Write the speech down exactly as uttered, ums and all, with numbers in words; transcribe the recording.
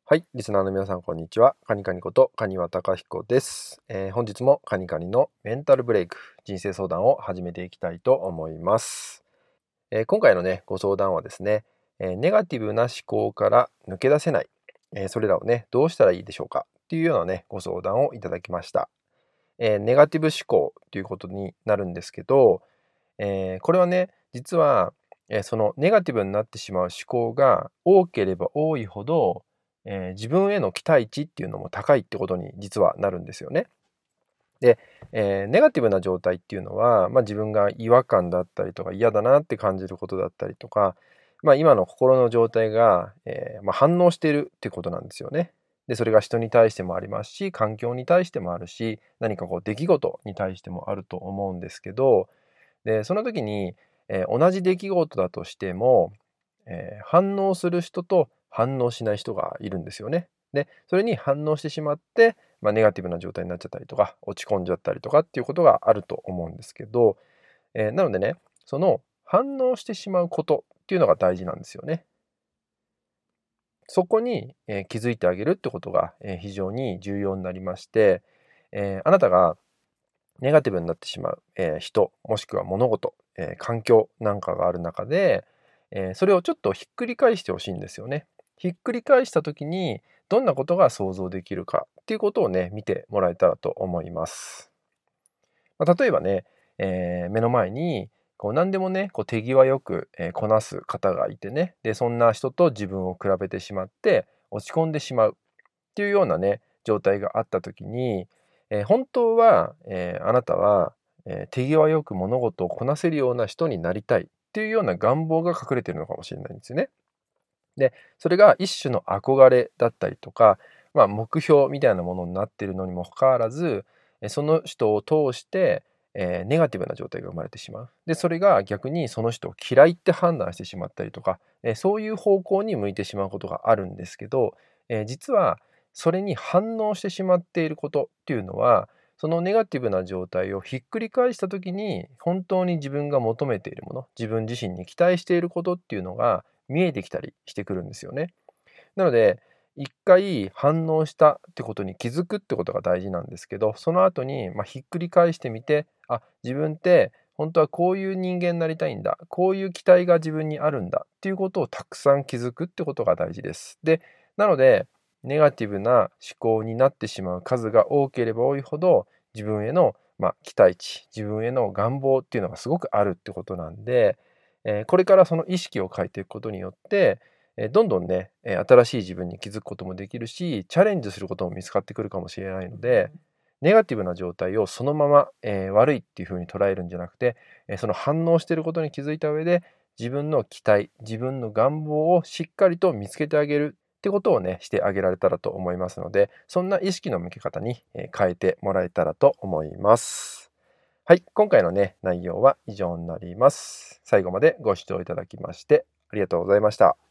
はい、リスナーの皆さんこんにちは。カニカニことカニワタカヒコです、えー本日もカニカニのメンタルブレイク人生相談を始めていきたいと思います。えー今回のねご相談はですね、えーネガティブな思考から抜け出せない、えーそれらをねどうしたらいいでしょうかっていうようなねご相談をいただきました。えーネガティブ思考ということになるんですけど、えーこれはね実は、えーそのネガティブになってしまう思考が多ければ多いほど、えー自分への期待値っていうのも高いってことに実はなるんですよね。で、えーネガティブな状態っていうのは、まあ、自分が違和感だったりとか嫌だなって感じることだったりとか、まあ、今の心の状態が、えーまあ、反応しているってことなんですよね。で、それが人に対してもありますし、環境に対してもあるし、何かこう出来事に対してもあると思うんですけど、で、その時に、えー同じ出来事だとしても、えー反応する人と反応しない人がいるんですよね。で、それに反応してしまって、まあ、ネガティブな状態になっちゃったりとか、落ち込んじゃったりとかっていうことがあると思うんですけど、えーなのでね、その反応してしまうことっていうのが大事なんですよね。そこに、えー気づいてあげるってことが、えー非常に重要になりまして、えーあなたがネガティブになってしまう、えー人、もしくは物事、えー環境なんかがある中で、えーそれをちょっとひっくり返してほしいんですよね。ひっくり返した時にどんなことが想像できるかっていうことをね、見てもらえたらと思います。まあ、例えばね、えー目の前にこう何でもね、こう手際よく、えーこなす方がいてね、で、そんな人と自分を比べてしまって落ち込んでしまうっていうようなね、状態があった時に、えー本当は、えーあなたは、えー手際よく物事をこなせるような人になりたいっていうような願望が隠れているのかもしれないんですよね。で、それが一種の憧れだったりとか、まあ、目標みたいなものになっているのにもかかわらず、え、その人を通して、えーネガティブな状態が生まれてしまう。で、それが逆にその人を嫌いって判断してしまったりとか、え、そういう方向に向いてしまうことがあるんですけど、え、実はそれに反応してしまっていることっていうのは、そのネガティブな状態をひっくり返した時に、本当に自分が求めているもの、自分自身に期待していることっていうのが見えてきたりしてくるんですよね。なので、一回反応したってことに気づくってことが大事なんですけど、その後に、まあ、ひっくり返してみて、あ、自分って本当はこういう人間になりたいんだ、こういう期待が自分にあるんだっていうことをたくさん気づくってことが大事です。で、なので、ネガティブな思考になってしまう数が多ければ多いほど、自分への、まあ、期待値、自分への願望っていうのがすごくあるってことなんで、えーこれからその意識を変えていくことによって、え、どんどんね、え、新しい自分に気づくこともできるし、チャレンジすることも見つかってくるかもしれないので、ネガティブな状態をそのまま、えー悪いっていう風に捉えるんじゃなくて、え、その反応していることに気づいた上で、自分の期待、自分の願望をしっかりと見つけてあげるってことをね、してあげられたらと思いますので、そんな意識の向け方に、え、変えてもらえたらと思います。はい、今回のね、内容は以上になります。最後までご視聴いただきましてありがとうございました。